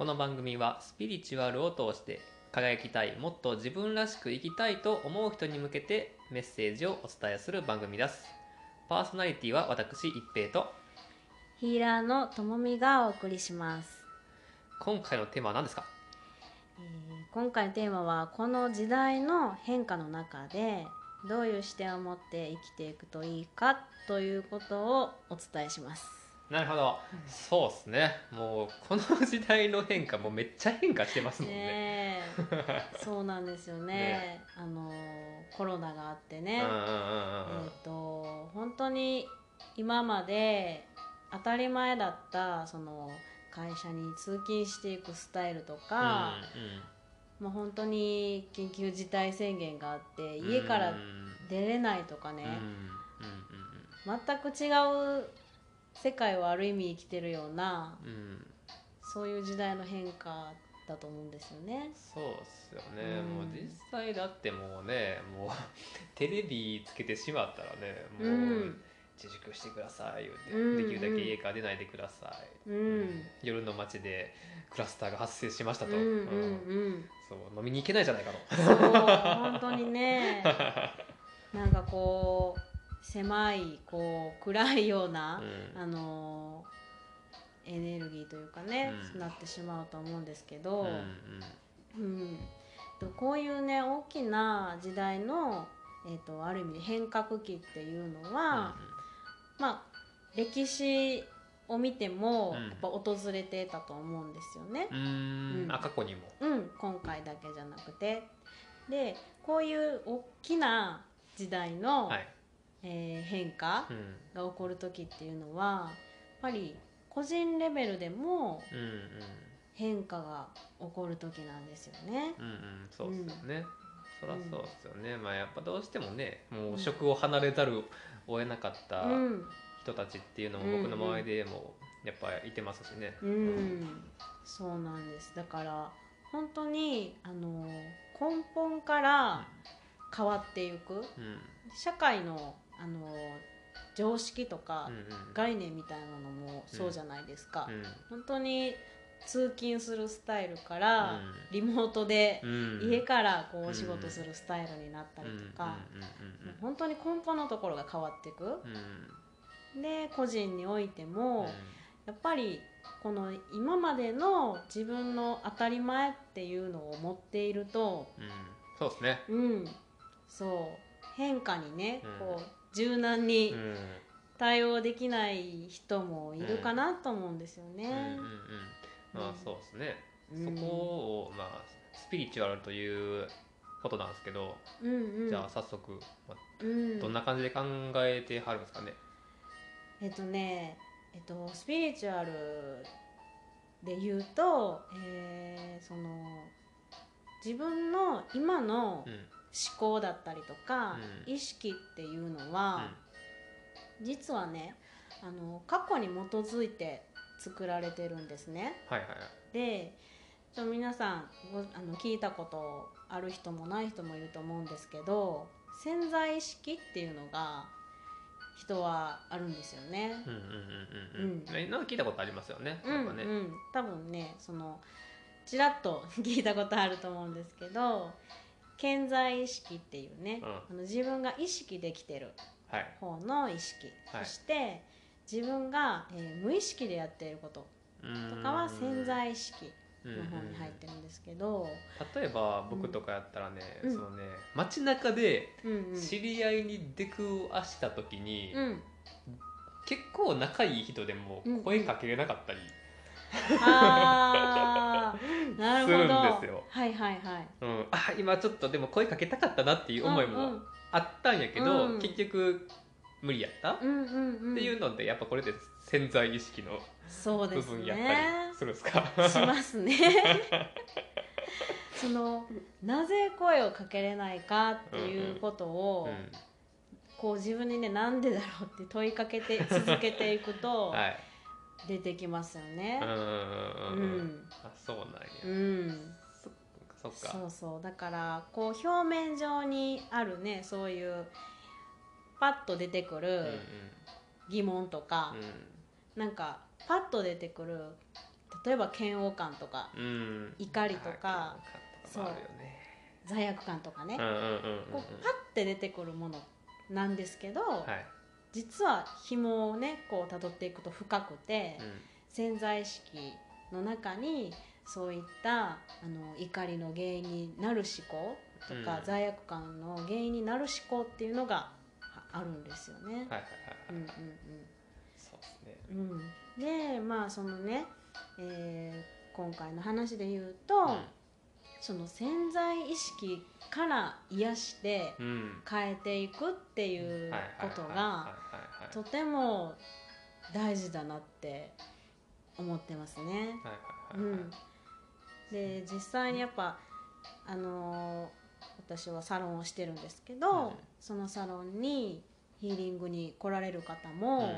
この番組はスピリチュアルを通して輝きたい、もっと自分らしく生きたいと思う人に向けてメッセージをお伝えする番組です。パーソナリティは私一平と、 ヒーラーのともみがお送りします。 今回のテーマは何ですか？ 今回のテーマはこの時代の変化の中でどういう視点を持って生きていくといいかということをお伝えします。 なるほど、そうですね。もうこの時代の変化もめっちゃ変化してますもんね。 ねえそうなんですよね。コロナがあってね、本当に今まで当たり前だったその会社に通勤していくスタイルとか、もう本当に緊急事態宣言があって家から出れないとかね、全く違う世界をある意味生きてるような、そういう時代の変化だと思うんですよね。 そうですよね、もう実際だってもうね、もうテレビつけてしまったらね、もう自粛してください言うて、できるだけ家から出ないでください、夜の街でクラスターが発生しましたと、そう飲みに行けないじゃないかと。 そう本当にねなんかこう狭いこう暗いような、エネルギーというかね、なってしまうと思うんですけど、こういうね大きな時代の、ある意味で変革期っていうのは、まあ歴史を見てもやっぱ訪れてたと思うんですよね。 過去にも、 今回だけじゃなくて、でこういう大きな時代の、変化が起こる時っていうのはやっぱり個人レベルでも変化が起こる時なんですよね。 そうですよね、そりゃそうですよね。やっぱどうしてもね、もう職を離れざるを得なかった人たちっていうのも僕の周りでもやっぱいてますしね。 そうなんです。だから本当に根本から変わっていく、社会の常識とか概念みたいなのもそうじゃないですか。本当に通勤するスタイルからリモートで家からこうお仕事するスタイルになったりとか、本当に根本のところが変わっていく。で個人においてもやっぱりこの今までの自分の当たり前っていうのを持っていると、 そうですね、 そう変化にね、こう柔軟に対応できない人もいるかなと思うんですよね。 そうですね、そこを、スピリチュアルということなんですけど、じゃあ早速、どんな感じで考えてはるんですかね。 スピリチュアルで言うと、その自分の今の思考だったりとか、意識っていうのは、実はね過去に基づいて作られてるんですね。で皆さん聞いたことある人もない人もいると思うんですけど、潜在意識っていうのが人はあるんですよね。 なんか聞いたことありますよね。 多分ねちらっと聞いたことあると思うんですけど、潜在意識っていうね、自分が意識できてる方の意識、そして自分が、無意識でやっていることとかは潜在意識の方に入ってるんですけど、 例えば僕とかやったらね、街中で知り合いに出くわした時に、結構仲いい人でも声かけれなかったり、 なるほど、 するんですよ。今ちょっとでも声かけたかったなっていう思いもあったんやけど、結局無理やった、っていうので、やっぱこれで潜在意識の部分やったりするんですか？ しますねなぜ声をかけれないかっていうことを、こう自分にね、なんでだろうって問いかけて続けていくと出てきますよね。 そうなんや。そっか。 そうだからこう表面上にあるね、そういうパッと出てくる疑問とか、なんかパッと出てくる例えば嫌悪感とか、怒りとか、そう罪悪感とかね、こうパッて出てくるものなんですけど、実は紐をねこう辿っていくと深くて、潜在意識の中にそういった怒りの原因になる思考とか、罪悪感の原因になる思考っていうのがあるんですよね。でまあそのね、今回の話で言うと、その潜在意識から癒して変えていくっていうことがとても大事だなって思ってますね。で実際にやっぱ私はサロンをしてるんですけど、そのサロンにヒーリングに来られる方も、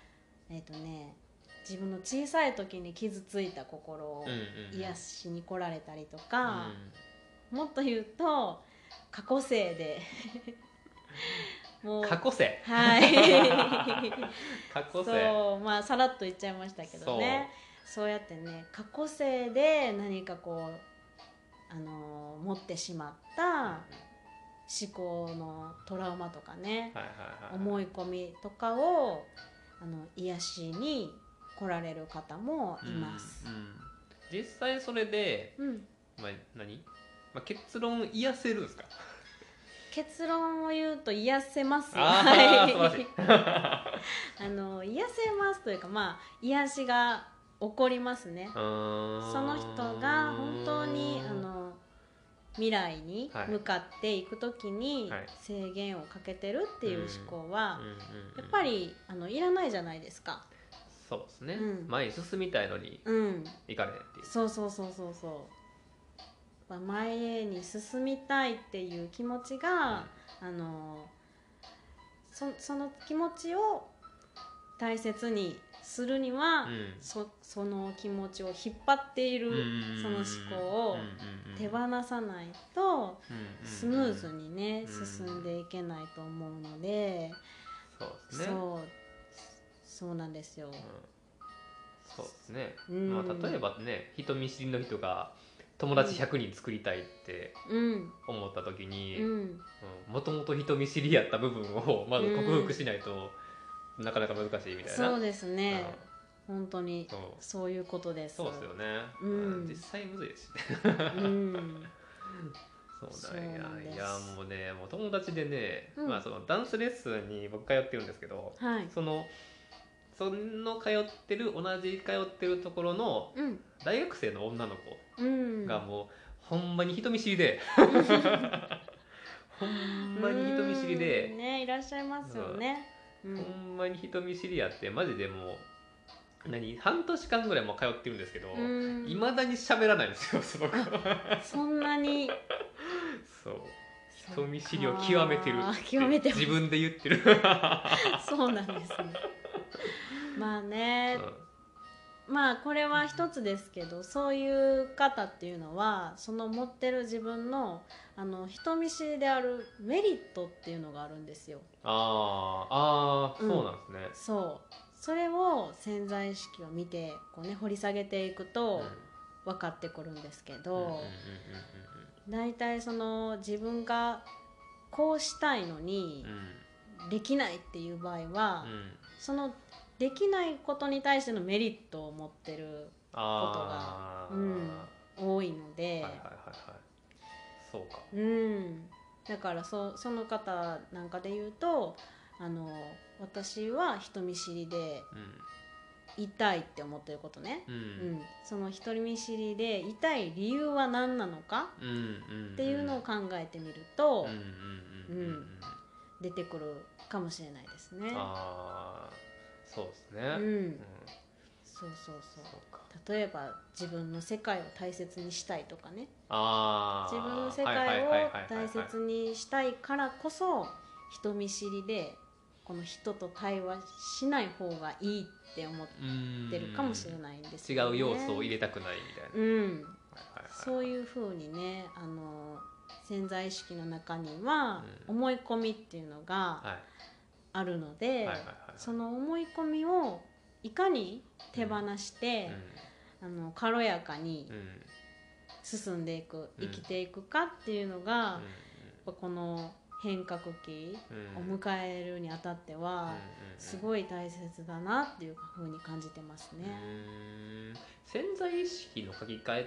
自分の小さい時に傷ついた心を癒しに来られたりとか、もっと言うと過去世でもう過去世過去世そうまあさらっと言っちゃいましたけどね、そうやってね過去世で何かこう持ってしまった思考のトラウマとかね、思い込みとかを癒しに来られる方もいます。 実際それで、結論癒せるんですか？ 結論を言うと癒せますよ。癒せますというか、癒しが起こりますね。その人が本当に未来に向かっていくときに制限をかけてるっていう思考はやっぱりいらないじゃないですか。 そうですね、前に進みたいのに行かれへんっていう、 そう前に進みたいっていう気持ちが、その気持ちを大切にするには、その気持ちを引っ張っているその思考を手放さないとスムーズにね進んでいけないと思うので、そうなんですよ。 そうですね、例えばね、人見知りの人が友達100人作りたいって思った時に、もともと人見知りやった部分をまず克服しないとなかなか難しいみたいな。 そうですね、本当にそういうことです。 そうですよね、実際むずいですしね。そうなんや。いやもうね、もう友達でね、そのダンスレッスンに僕通ってるんですけど、その同じ通ってるところの大学生の女の子がもうほんまに人見知りでほんまに人見知りでね、いらっしゃいますよね。 ほんまに人見知りやって、マジでもう半年間ぐらいも通ってるんですけど、いまだに喋らないんですよ、その子。 そんなにそう、人見知りを極めてるって自分で言ってる。 そうなんですね。まあね、これは一つですけど、そういう方っていうのはその持ってる自分の人見知りであるメリットっていうのがあるんですよ。 そうなんですね。 それを潜在意識を見てこう、ね、掘り下げていくと分かってくるんですけど、だいたいその自分がこうしたいのにできないっていう場合は、そのできないことに対してのメリットを持ってることが、多いので、 そうか、 だからその方なんかで言うと私は人見知りで痛いって思ってることね、その人見知りで痛い理由は何なのかっていうのを考えてみると出てくるかもしれないですね。 そうですね。 そう例えば自分の世界を大切にしたいとかね、自分の世界を大切にしたいからこそ人見知りでこの人と対話しない方がいいって思ってるかもしれないんですよね。 違う要素を入れたくないみたいな、 そういう風にね潜在意識の中には思い込みっていうのがあるので、その思い込みをいかに手放して、 軽やかに進んでいく、生きていくかっていうのが、この変革期を迎えるにあたってはすごい大切だなっていうふうに感じてますね。 潜在意識の書き換えって、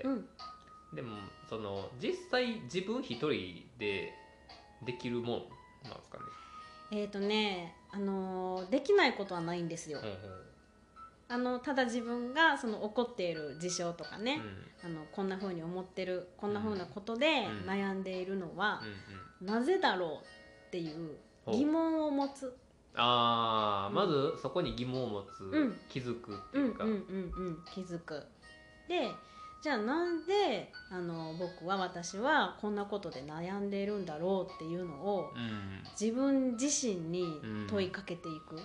でもその実際自分一人でできるもんなんですかね。 できないことはないんですよ。ただ自分がその起こっている事象とかね、こんな風に思ってる、こんな風なことで悩んでいるのは、なぜだろうっていう疑問を持つ。 まずそこに疑問を持つ、気づくっていうか、 気づく。でじゃあなんで私はこんなことで悩んでいるんだろうっていうのを、自分自身に問いかけていく。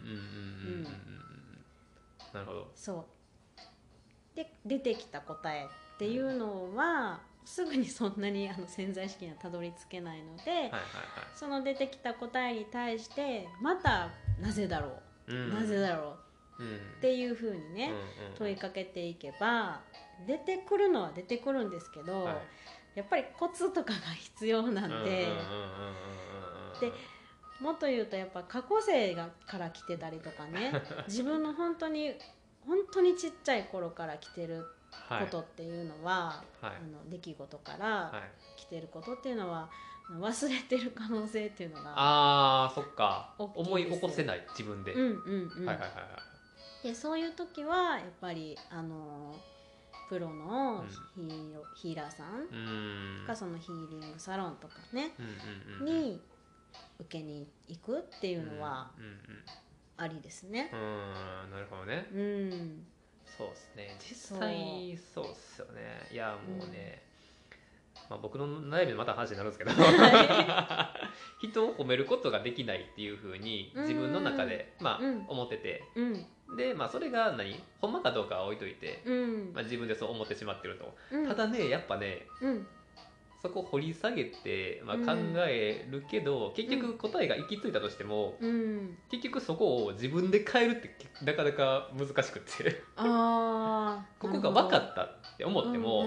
なるほど。 そうで出てきた答えっていうのは、すぐにそんなに潜在意識にはたどり着けないので、その出てきた答えに対してまたなぜだろう、なぜだろうっていうふうにね、問いかけていけば出てくるのは出てくるんですけど、やっぱりコツとかが必要なんで、でもっと言うとやっぱ過去性から来てたりとかね自分の本当にちっちゃい頃から来てることっていうのは、出来事から来てることっていうのは忘れてる可能性っていうのがそっか、思い起こせない自分で。 でそういう時はやっぱりプロのヒーラーさんがそのヒーリングサロンとかねに受けに行くっていうのはありですね。 なるほどね。そうですね、実際そうですよね。いやもうね、僕の悩みのまた話になるんですけど人を褒めることができないっていうふうに自分の中で思ってて、でそれがほんまかどうかは置いといて、自分でそう思ってしまってると。ただね、やっぱね、そこ掘り下げて、考えるけど、結局答えが行き着いたとしても、結局そこを自分で変えるってなかなか難しくてここが分かったって思っても、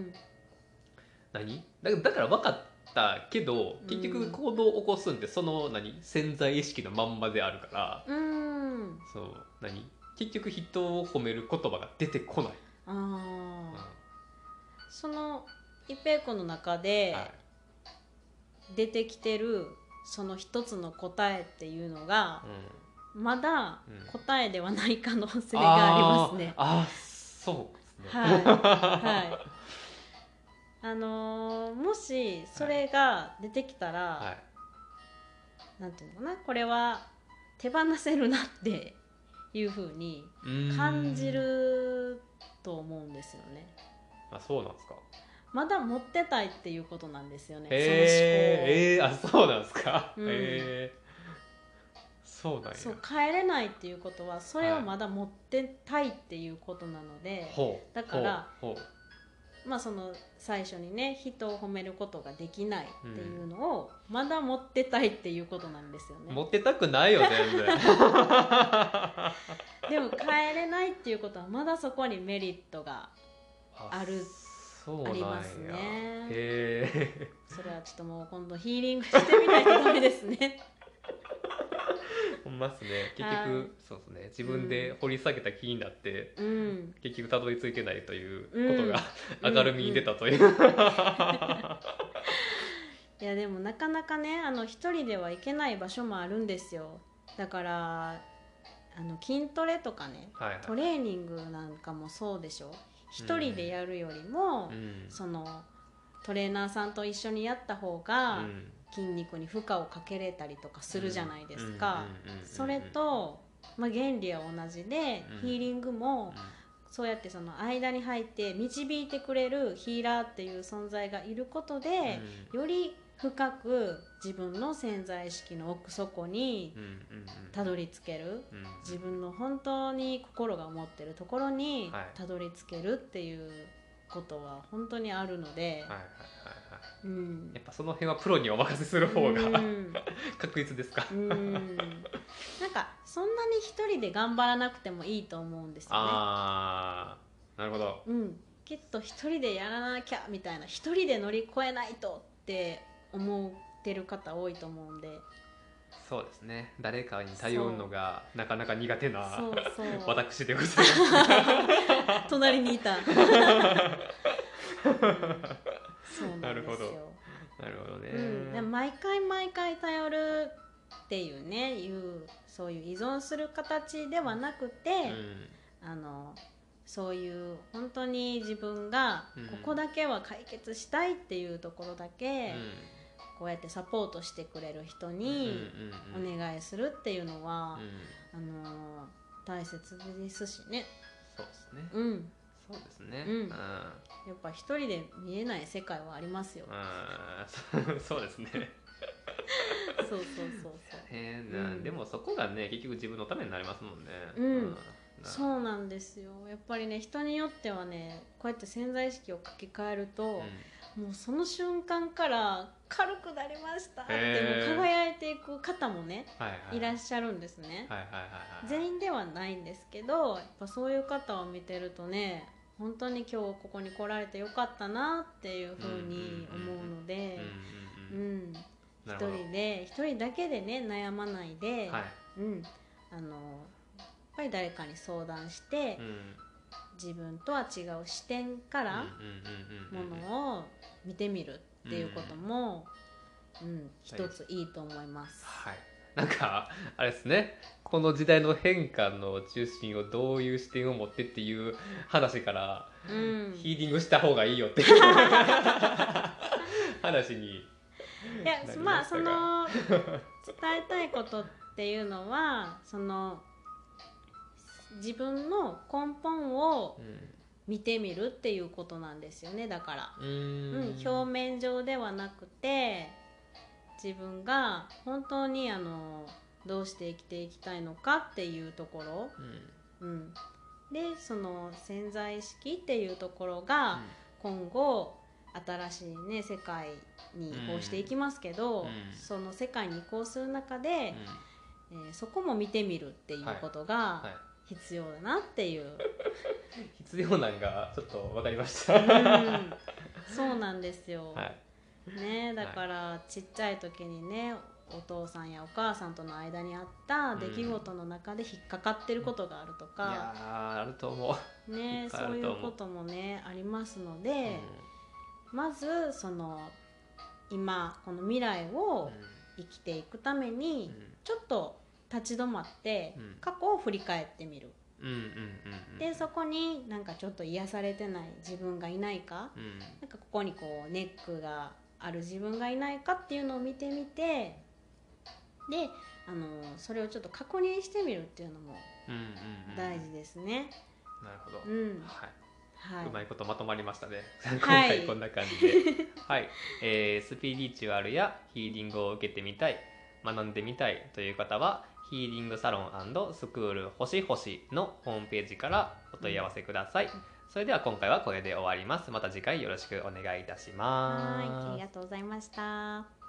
だから分かったけど結局行動を起こすんで、その潜在意識のまんまであるから、そう結局人を褒める言葉が出てこない。 その一平君の中で出てきてるその一つの答えっていうのが、まだ答えではない可能性がありますね。 そうですね。 もしそれが出てきたら、なんていうのかな、これは手放せるなっていうふうに感じると思うんですよね。 そうなんですか。 まだ持ってたいっていうことなんですよね。 そうなんですか。そうなんや。 そう、変えれないっていうことはそれをまだ持ってたいっていうことなので、だからその最初にね、人を褒めることができないっていうのをまだ持ってたいっていうことなんですよね。 持ってたくないよ全然でも変えれないっていうことはまだそこにメリットがありますね。それはちょっともう今度ヒーリングしてみないとダメですねほんまっすね。結局、そうですね、自分で掘り下げた気になって、結局たどり着いてないということが明るみに出たという、 いやでもなかなかね、一人では行けない場所もあるんですよ。だから筋トレとかね、トレーニングなんかもそうでしょ。一人でやるよりも、そのトレーナーさんと一緒にやった方が、筋肉に負荷をかけれたりとかするじゃないですか。それと、原理は同じで、ヒーリングもそうやってその間に入って導いてくれるヒーラーっていう存在がいることで、より深く自分の潜在意識の奥底にたどり着ける、自分の本当に心が思ってるところにたどり着けるっていうことは本当にあるので、 やっぱその辺はプロにお任せする方が確実ですか。 なんかそんなに一人で頑張らなくてもいいと思うんですよね。 なるほど。 きっと一人でやらなきゃみたいな、一人で乗り越えないとって思ってる方多いと思うんで。 そうですね、誰かに頼るのがなかなか苦手な私でございます隣にいたそうなんですよ。 なるほどね、 でも毎回頼るっていうね、そういう依存する形ではなくて、そういう本当に自分がここだけは解決したいっていうところだけ、こうやってサポートしてくれる人にお願いするっていうのは、大切ですしね。 そうですね、そうですね、 やっぱ一人で見えない世界はありますよ。 そうですねそうでもそこがね結局自分のためになりますもんね。 そうなんですよ。やっぱりね、人によってはね、こうやって潜在意識を書き換えると、もうその瞬間から軽くなりましたってもう輝いていく方もね、いらっしゃるんですね。全員ではないんですけど、やっぱそういう方を見てるとね、本当に今日ここに来られてよかったなっていうふうに思うので、一人だけでね悩まないで、やっぱり誰かに相談して、自分とは違う視点からものを見てみるっていうことも、一ついいと思います。 なんかあれですね、この時代の変化の中心をどういう視点を持ってっていう話から、ヒーリングした方がいいよっていう話に。 いや、まあその伝えたいことっていうのは、その自分の根本を見てみるっていうことなんですよね。だから、表面上ではなくて、自分が本当にどうして生きていきたいのかっていうところ、でその潜在意識っていうところが今後新しいね世界に移行していきますけど、その世界に移行する中で、そこも見てみるっていうことが必要だなっていう、 必要なんがちょっと分かりました、 そうなんですよ、ね、だからちっちゃい時にね、お父さんやお母さんとの間にあった出来事の中で引っかかってることがあるとか、 いやあると思うね、そういうこともねありますので、まずその今この未来を生きていくためにちょっと立ち止まって過去を振り返ってみる、でそこになんかちょっと癒されてない自分がいないか、なんかここにこうネックがある自分がいないかっていうのを見てみて、でそれをちょっと確認してみるっていうのも大事ですね。 なるほど、 うまいことまとまりましたね今回こんな感じでスピリチュアルやヒーリングを受けてみたい、学んでみたいという方はヒーリングサロン&スクール星星のホームページからお問い合わせください。それでは今回はこれで終わります。また次回よろしくお願いいたします。 ありがとうございました。